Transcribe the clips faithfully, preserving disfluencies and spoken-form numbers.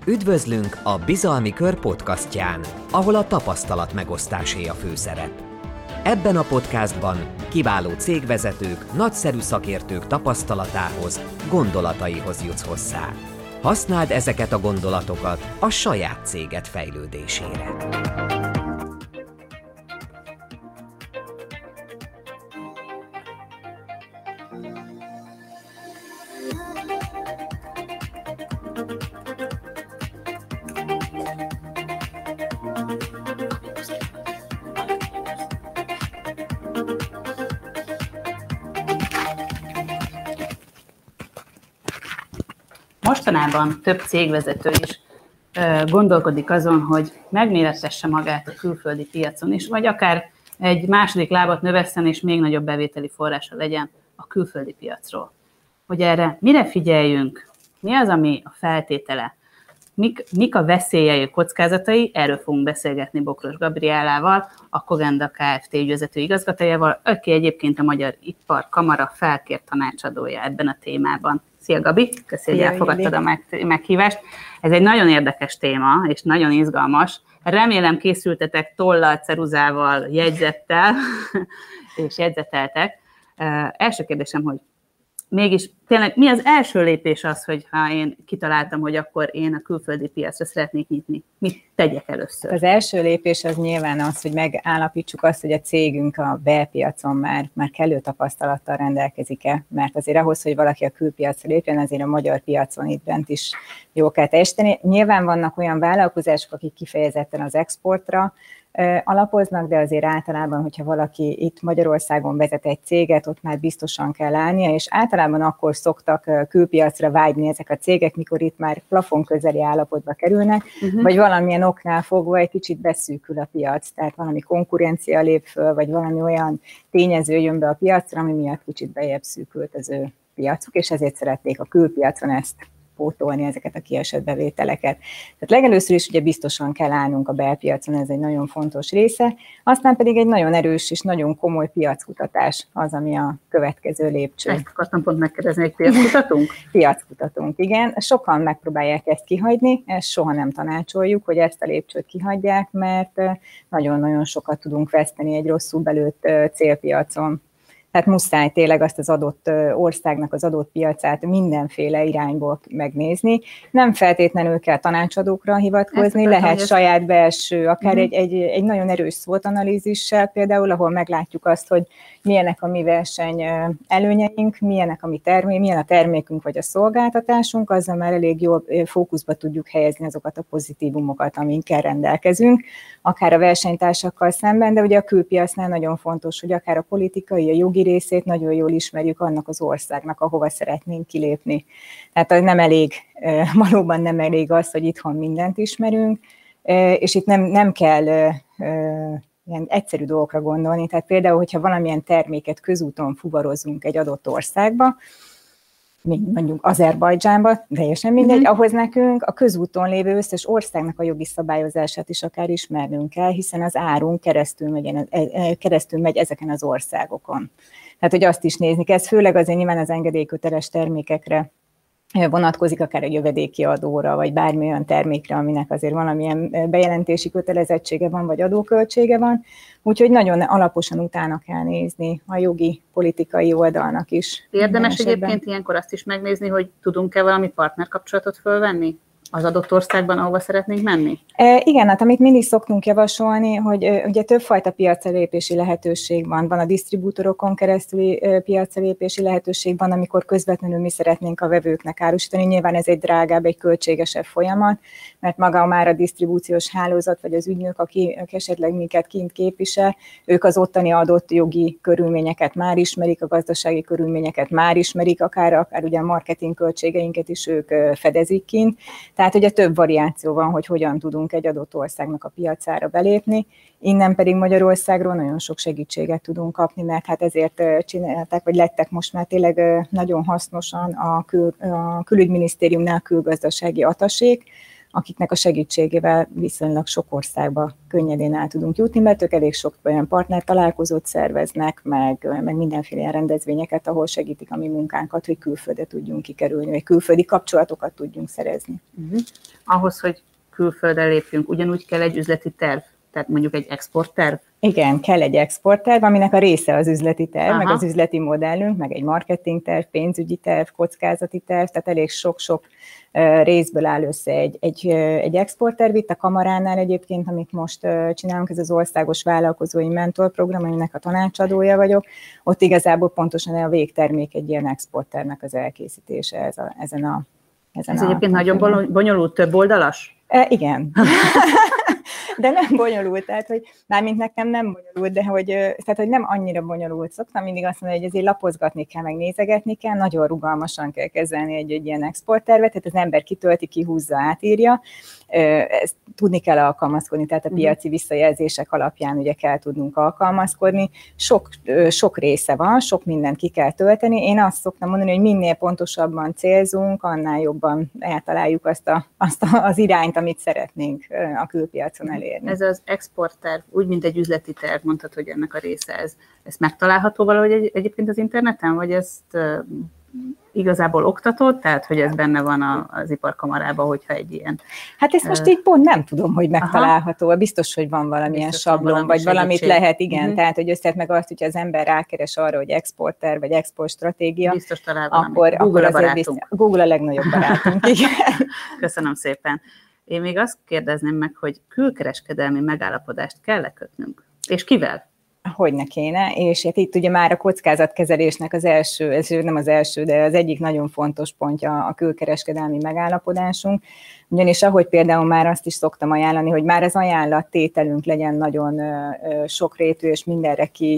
Üdvözlünk a Bizalmi Kör podcastján, ahol a tapasztalat megosztásé a főszerep. Ebben a podcastban kiváló cégvezetők, nagyszerű szakértők tapasztalatához, gondolataihoz jutsz hozzá. Használd ezeket a gondolatokat a saját céged fejlődésére. Mostanában több cégvezető is gondolkodik azon, hogy megmérettesse magát a külföldi piacon is, vagy akár egy második lábat növesszen, és még nagyobb bevételi forrása legyen a külföldi piacról. Hogy erre mire figyeljünk, mi az, ami a feltétele, mik, mik a veszélyei, a kockázatai, erről fogunk beszélgetni Bokros Gabriellával, a Cogenda Kft. Ügyvezető igazgatójával, aki egyébként a Magyar Iparkamara felkért tanácsadója ebben a témában. Szia Gabi, köszönöm, hogy elfogadtad a meghívást. Ez egy nagyon érdekes téma, és nagyon izgalmas. Remélem készültetek tollal, ceruzával, jegyzettel, és jegyzeteltek. Uh, első kérdésem, hogy mégis tényleg mi az első lépés az, hogy ha én kitaláltam, hogy akkor én a külföldi piacra szeretnék nyitni? Mit tegyek először? Az első lépés az nyilván az, hogy megállapítsuk azt, hogy a cégünk a belpiacon már, már kellő tapasztalattal rendelkezik-e, mert azért ahhoz, hogy valaki a külpiacra lépjen, azért a magyar piacon itt bent is jól kell teljesíteni. Nyilván vannak olyan vállalkozások, akik kifejezetten az exportra alapoznak, de azért általában, hogyha valaki itt Magyarországon vezet egy céget, ott már biztosan kell állnia, és általában akkor szoktak külpiacra vágyni ezek a cégek, mikor itt már plafon közeli állapotba kerülnek, uh-huh. vagy valamilyen oknál fogva egy kicsit beszűkül a piac, tehát valami konkurencia lép föl, vagy valami olyan tényező jön be a piacra, ami miatt kicsit bejebb szűkült az ő piacuk, és ezért szeretnék a külpiacon ezt pótolni, ezeket a kiesett bevételeket. Tehát legelőször is ugye biztosan kell állnunk a belpiacon, ez egy nagyon fontos része, aztán pedig egy nagyon erős és nagyon komoly piackutatás az, ami a következő lépcső. Ezt akartam pont megkérdezni, hogy piackutatunk? Piackutatunk, igen. Sokan megpróbálják ezt kihagyni, ezt soha nem tanácsoljuk, hogy ezt a lépcsőt kihagyják, mert nagyon-nagyon sokat tudunk veszteni egy rosszul belőtt célpiacon. Tehát muszáj tényleg azt az adott országnak az adott piacát mindenféle irányból megnézni. Nem feltétlenül kell tanácsadókra hivatkozni, lehet ezt saját belső, akár uh-huh. egy, egy, egy nagyon erős SWOT-analízissel például, ahol meglátjuk azt, hogy milyenek a mi verseny előnyeink, milyenek a mi termék, milyen a termékünk vagy a szolgáltatásunk, azzal már elég jól fókuszba tudjuk helyezni azokat a pozitívumokat, amikkel rendelkezünk, akár a versenytársakkal szemben, de ugye a külpiacnál nagyon fontos, hogy akár a politikai, a jogi részét nagyon jól ismerjük annak az országnak, ahova szeretnénk kilépni. Tehát nem elég, valóban nem elég az, hogy itthon mindent ismerünk, és itt nem, nem kell ilyen egyszerű dolgokra gondolni. Tehát például, hogyha valamilyen terméket közúton fuvarozunk egy adott országba, mondjuk Azerbajdzsánba, teljesen mindegy, mm-hmm. ahhoz nekünk a közúton lévő összes országnak a jogi szabályozását is akár ismernünk kell, hiszen az árunk keresztül megy, keresztül megy ezeken az országokon. Tehát, hogy azt is nézni kell, ez főleg azért nyilván az engedélyköteles termékekre vonatkozik, akár egy jövedéki adóra, vagy bármilyen termékre, aminek azért valamilyen bejelentési kötelezettsége van, vagy adóköltsége van. Úgyhogy nagyon alaposan utána kell nézni a jogi, politikai oldalnak is. Érdemes egyébként ilyenkor azt is megnézni, hogy tudunk-e valami partnerkapcsolatot fölvenni az adott országban, ahova szeretnénk menni? E, igen, hát amit mindig szoktunk javasolni, hogy e, ugye többfajta piacra lépési lehetőség van. Van a disztribútorokon keresztüli e, piacra lépési lehetőség, van, amikor közvetlenül mi szeretnénk a vevőknek árusítani. Nyilván ez egy drágább, egy költségesebb folyamat, mert maga már a disztribúciós hálózat, vagy az ügynök, aki, aki esetleg minket kint képvisel, ők az ottani adott jogi körülményeket már ismerik, a gazdasági körülményeket már ismerik, akár, akár ugye a marketing költségeinket is ők fedezik kint. Tehát ugye több variáció van, hogy hogyan tudunk egy adott országnak a piacára belépni, innen pedig Magyarországról nagyon sok segítséget tudunk kapni, mert hát ezért csinálták, vagy lettek most már tényleg nagyon hasznosan a, kül, a külügyminisztériumnál külgazdasági atasék, akiknek a segítségével viszonylag sok országba könnyedén el tudunk jutni, mert ők elég sok olyan partner találkozót szerveznek, meg, meg mindenféle rendezvényeket, ahol segítik a mi munkánkat, hogy külföldre tudjunk kikerülni, vagy külföldi kapcsolatokat tudjunk szerezni. Uh-huh. Ahhoz, hogy külföldre lépjünk, ugyanúgy kell egy üzleti terv? Tehát mondjuk egy exportterv? Igen, kell egy exportterv, aminek a része az üzleti terv, Aha. meg az üzleti modellünk, meg egy marketingterv, pénzügyi terv, kockázati terv, tehát elég sok-sok részből áll össze egy, egy, egy exportterv. Itt a Kamaránál egyébként, amit most csinálunk, ez az országos vállalkozói mentorprogram, aminek a tanácsadója vagyok, ott igazából pontosan a végtermék egy ilyen exporttervnek az elkészítése ez a, ezen a ezen Ez a, egyébként a nagyon bonyolult, több oldalas? E, igen. De nem bonyolult, tehát, hogy mármint nekem nem bonyolult, de hogy, tehát, hogy nem annyira bonyolult. Szoktam mindig azt mondani, hogy ezért lapozgatni kell, meg nézegetni kell, nagyon rugalmasan kell kezelni egy, egy ilyen exporttervet, tehát az ember kitölti, kihúzza, átírja, ezt tudni kell alkalmazkodni, tehát a piaci visszajelzések alapján ugye kell tudnunk alkalmazkodni. Sok, sok része van, sok mindent ki kell tölteni. Én azt szoktam mondani, hogy minél pontosabban célzunk, annál jobban eltaláljuk azt, a, azt a, az irányt, amit szeretnénk a külpiacon elérni. Ez az exportterv, úgy, mint egy üzleti terv, mondtad, hogy ennek a része ez. Ez megtalálható valahogy egy, egyébként az interneten, vagy ezt uh, igazából oktatod, tehát hogy ez benne van a, az iparkamarában, hogyha egy ilyen... Hát ezt most uh, így pont nem tudom, hogy megtalálható. Aha. Biztos, hogy van valamilyen biztos sablon, valami vagy segítség. Valamit lehet, igen. Uh-huh. Tehát, hogy összet meg azt, hogyha az ember rákeres arra, hogy exportterv, vagy export stratégia, biztos talál akkor, Google akkor a barátunk. Biztos, Google a legnagyobb barátunk, igen. Köszönöm szépen. Én még azt kérdezném meg, hogy külkereskedelmi megállapodást kell-e kötnünk? És kivel? Hogyne kéne, és hát itt ugye már a kockázatkezelésnek az első, ez nem az első, de az egyik nagyon fontos pontja a külkereskedelmi megállapodásunk, ugyanis ahogy például már azt is szoktam ajánlani, hogy már az ajánlattételünk legyen nagyon sokrétű és mindenre ki,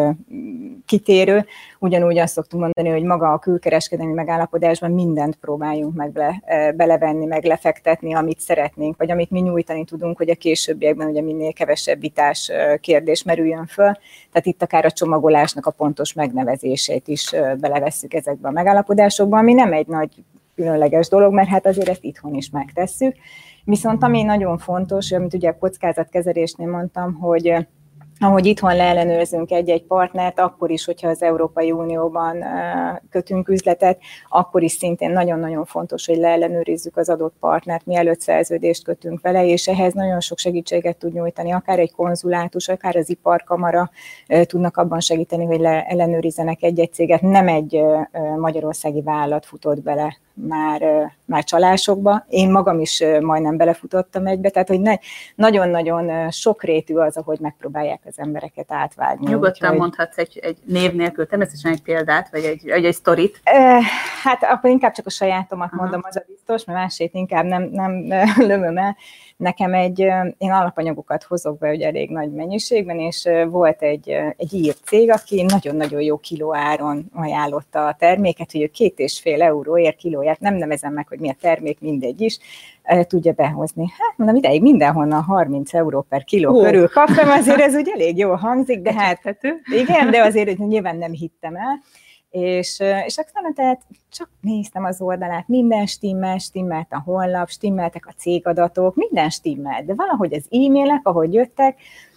kitérő, ugyanúgy azt szoktunk mondani, hogy maga a külkereskedelmi megállapodásban mindent próbáljunk meg be, belevenni, meg lefektetni, amit szeretnénk, vagy amit mi nyújtani tudunk, hogy a későbbiekben ugye minél kevesebb vitás kérdés merüljön föl. Tehát itt akár a csomagolásnak a pontos megnevezését is belevesszük ezekbe a megállapodásokba, ami nem egy nagy különleges dolog, mert hát azért ezt itthon is megtesszük. Viszont ami nagyon fontos, amit ugye a kockázatkezelésnél mondtam, hogy ahogy itthon leellenőrzünk egy-egy partnert, akkor is, hogyha az Európai Unióban kötünk üzletet, akkor is szintén nagyon-nagyon fontos, hogy leellenőrizzük az adott partnert, mielőtt szerződést kötünk vele, és ehhez nagyon sok segítséget tud nyújtani, akár egy konzulátus, akár az iparkamara tudnak abban segíteni, hogy leellenőrizzenek egy-egy céget. Nem egy magyarországi vállalat futott bele már, már csalásokba. Én magam is majdnem belefutottam egybe, tehát hogy ne, nagyon-nagyon sokrétű az, ahogy megpróbálják az embereket átvágni. Nyugodtan úgyhogy... mondhatsz egy, egy név nélkül, természetesen egy példát, vagy egy, vagy egy sztorit. Hát akkor inkább csak a sajátomat Aha. mondom, az a biztos, mert másét inkább nem, nem lömöm el. Nekem egy, én alapanyagokat hozok be ugye elég nagy mennyiségben, és volt egy, egy ír cég, aki nagyon-nagyon jó kilóáron ajánlotta a terméket, hogy ő két és fél euróért kilóját, nem nevezem meg, hogy mi a termék, mindegy is, tudja behozni. Hát mondom, ideig mindenhonnan harminc euró per kiló oh. körül kaptam, azért ez úgy elég jól hangzik, de hát igen, de azért nyilván nem hittem el. És, és aztán tehát csak néztem az oldalát, minden stimmel, stimmelt a honlap, stimmeltek a cégadatok, minden stimmelt, de valahogy az e-mailek, ahogy jöttek,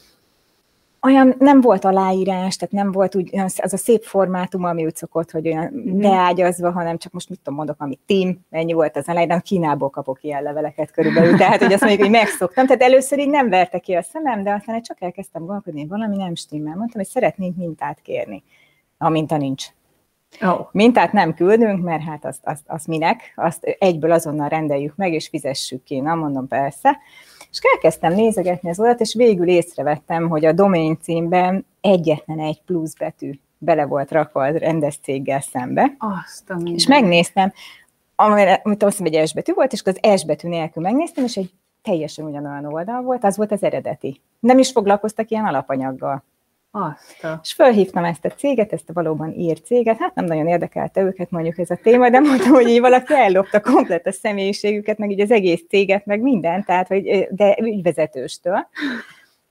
olyan nem volt aláírás, tehát nem volt úgy, az a szép formátum, ami úgy szokott, hogy olyan beágyazva, hanem csak most mit tudom mondok, ami team, ennyi volt az aláírás, Kínából kapok ilyen leveleket körülbelül, tehát hogy azt mondjuk, hogy megszoktam, tehát először így nem verte ki a szemem, de aztán csak elkezdtem gondolkodni, valami nem stimmel, mondtam, hogy szeretnénk mintát kérni, a minta nincs. Oh. Mintát nem küldünk, mert hát azt, azt, azt minek, azt egyből azonnal rendeljük meg, és fizessük ki. Na, mondom, persze. És elkezdtem nézegetni az oldalt, és végül észrevettem, hogy a domain címben egyetlen egy plusz betű bele volt rakva a rendes céggel szembe. Azt a és megnéztem, amit azt hiszem, egy S betű volt, és az S betű nélkül megnéztem, és egy teljesen ugyanolyan oldal volt, az volt az eredeti. Nem is foglalkoztak ilyen alapanyaggal. Azta. És felhívtam ezt a céget, ezt a valóban ír céget, hát nem nagyon érdekelte őket mondjuk ez a téma, de mondtam, hogy így valaki ellopta komplet a személyiségüket, meg így az egész céget, meg mindent, tehát, hogy, de ügyvezetőstől.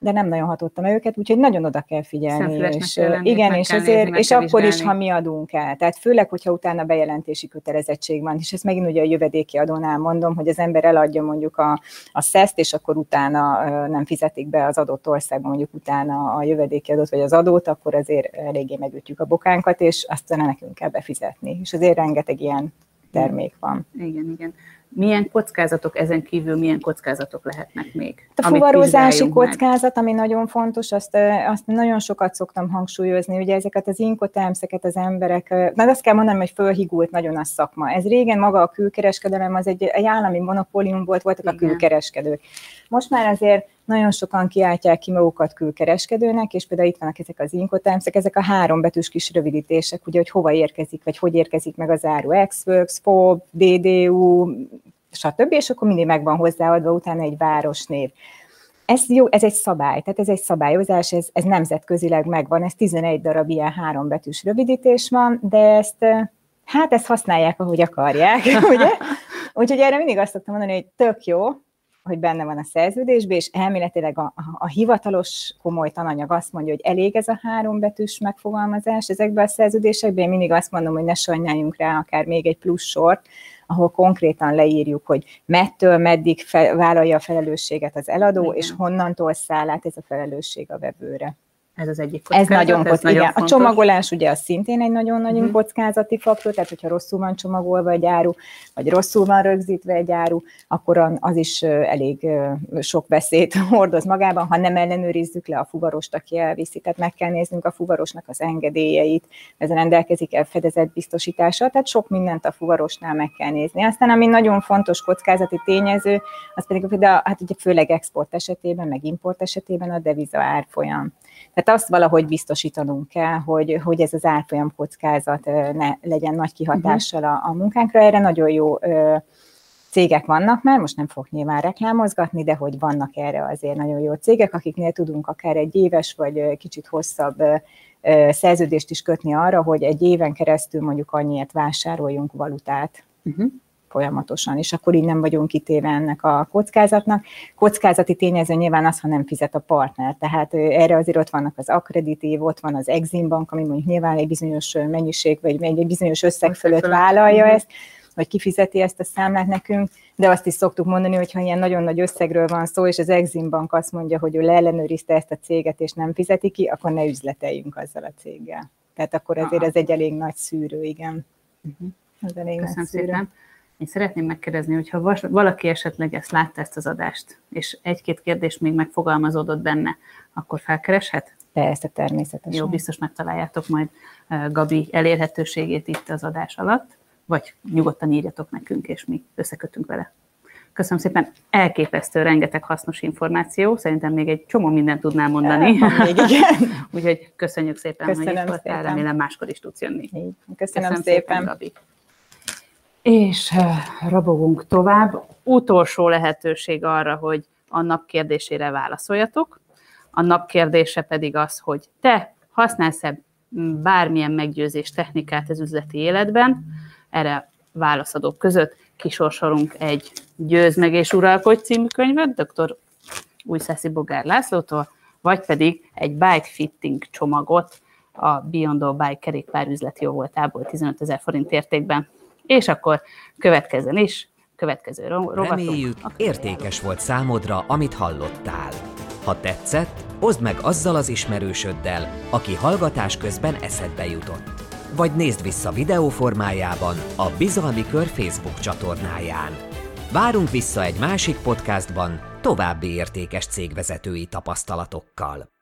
de nem nagyon hatotta őket, úgyhogy nagyon oda kell figyelni. És, kell lenni, igen, és, azért, nézni, és akkor vizsgálni. is, ha mi adunk el. Tehát főleg, hogyha utána bejelentési kötelezettség van, és ezt megint ugye a jövedéki adónál mondom, hogy az ember eladja mondjuk a, a szeszt, és akkor utána nem fizetik be az adott országban mondjuk utána a jövedéki adót, vagy az adót, akkor azért eléggé megütjük a bokánkat, és aztán nekünk kell befizetni. És azért rengeteg ilyen termék van. Igen, igen. Milyen kockázatok, ezen kívül milyen kockázatok lehetnek még? A fuvarozási kockázat, ami nagyon fontos, azt, azt nagyon sokat szoktam hangsúlyozni, ugye ezeket az inkotermszeket az emberek, na azt kell mondanom, hogy fölhigult nagyon a szakma. Ez régen maga a külkereskedelem, az egy, egy állami monopólium volt, voltak igen. a külkereskedők. Most már azért nagyon sokan kiáltják ki magukat külkereskedőnek, és például itt vannak ezek az inkotermszek, ezek a három betűs kis rövidítések, ugye, hogy hova érkezik, vagy hogy érkezik meg az áru, Ex-Works, F O B, D D U, stb., és akkor mindig meg van hozzáadva utána egy városnév. Ez, jó, ez egy szabály, tehát ez egy szabályozás, ez, ez nemzetközileg megvan, ez tizenegy darab ilyen három betűs rövidítés van, de ezt, hát ezt használják, ahogy akarják, ugye? Úgyhogy erre mindig azt szoktam mondani, hogy tök jó, hogy benne van a szerződésben, és elméletileg a, a, a hivatalos komoly tananyag azt mondja, hogy elég ez a három betűs megfogalmazás ezekben a szerződésekben. Én mindig azt mondom, hogy ne sajnáljunk rá akár még egy plusz sort, ahol konkrétan leírjuk, hogy mettől meddig fel, vállalja a felelősséget az eladó, igen. és honnantól száll át ez a felelősség a vevőre. Ez az egyik kockázat. Ez nagyon, ez nagyon igen. A csomagolás ugye az szintén egy nagyon-nagyon uh-huh. kockázati faktor, tehát hogyha rosszul van csomagolva egy áru, vagy rosszul van rögzítve egy áru, akkor az is elég sok veszélyt hordoz magában, ha nem ellenőrizzük le a fuvarost, aki elviszi. Tehát meg kell néznünk a fuvarosnak az engedélyeit, ez rendelkezik el fedezetbiztosítással, tehát sok mindent a fuvarosnál meg kell nézni. Aztán ami nagyon fontos kockázati tényező, az pedig például, hát ugye főleg export esetében, meg import esetében a deviza árfolyam. Tehát azt valahogy biztosítanunk kell, hogy, hogy ez az árfolyam kockázat ne legyen nagy kihatással a, a munkánkra. Erre nagyon jó ö, cégek vannak már, most nem fogok nyilván reklámozgatni, de hogy vannak erre azért nagyon jó cégek, akiknél tudunk akár egy éves vagy kicsit hosszabb ö, ö, szerződést is kötni arra, hogy egy éven keresztül mondjuk annyiért vásároljunk valutát. Uh-huh. folyamatosan, és akkor így nem vagyunk kitéve ennek a kockázatnak. Kockázati tényező nyilván az, ha nem fizet a partner, tehát erre azért ott vannak az akkreditív, ott van az Exim Bank, ami mondjuk nyilván egy bizonyos mennyiség, vagy egy bizonyos összeg fölött vállalja ezt, vagy kifizeti ezt a számlát nekünk, de azt is szoktuk mondani, hogy ha ilyen nagyon nagy összegről van szó, és az Exim Bank azt mondja, hogy ő leellenőrizte ezt a céget, és nem fizeti ki, akkor ne üzleteljünk azzal a céggel. Tehát akkor azért ez egy elég nagy szűrő, igen. Uh-huh. Ez elég Köszönöm nagy szűrő. Szépen. Én szeretném megkérdezni, hogyha valaki esetleg ezt látta, ezt az adást, és egy-két kérdés még megfogalmazódott benne, akkor felkereshet? Persze, természetesen. Jó, biztos megtaláljátok majd Gabi elérhetőségét itt az adás alatt, vagy nyugodtan írjatok nekünk, és mi összekötünk vele. Köszönöm szépen, elképesztő, rengeteg hasznos információ, szerintem még egy csomó mindent tudnám mondani. Még igen. Úgyhogy köszönjük szépen, Köszönöm hogy itt voltál, remélem máskor is tudsz jönni. Köszönöm, Köszönöm szépen, szépen Gabi. És rabogunk tovább. Utolsó lehetőség arra, hogy a nap kérdésére válaszoljatok. A nap kérdése pedig az, hogy te használsz-e bármilyen meggyőzés technikát az üzleti életben, erre válaszadók között kisorsolunk egy Győzd meg és uralkodj című könyvet dr. Újszászi Bogár Lászlótól, vagy pedig egy bike fitting csomagot a Beyond All Bike kerékpár üzleti jóvoltából tizenötezer forint értékben. És akkor következzen is, következő rovatunk. Reméljük, értékes volt számodra, amit hallottál. Ha tetszett, oszd meg azzal az ismerősöddel, aki hallgatás közben eszedbe jutott. Vagy nézd vissza videó formájában a Bizalmi Kör Facebook csatornáján. Várunk vissza egy másik podcastban további értékes cégvezetői tapasztalatokkal.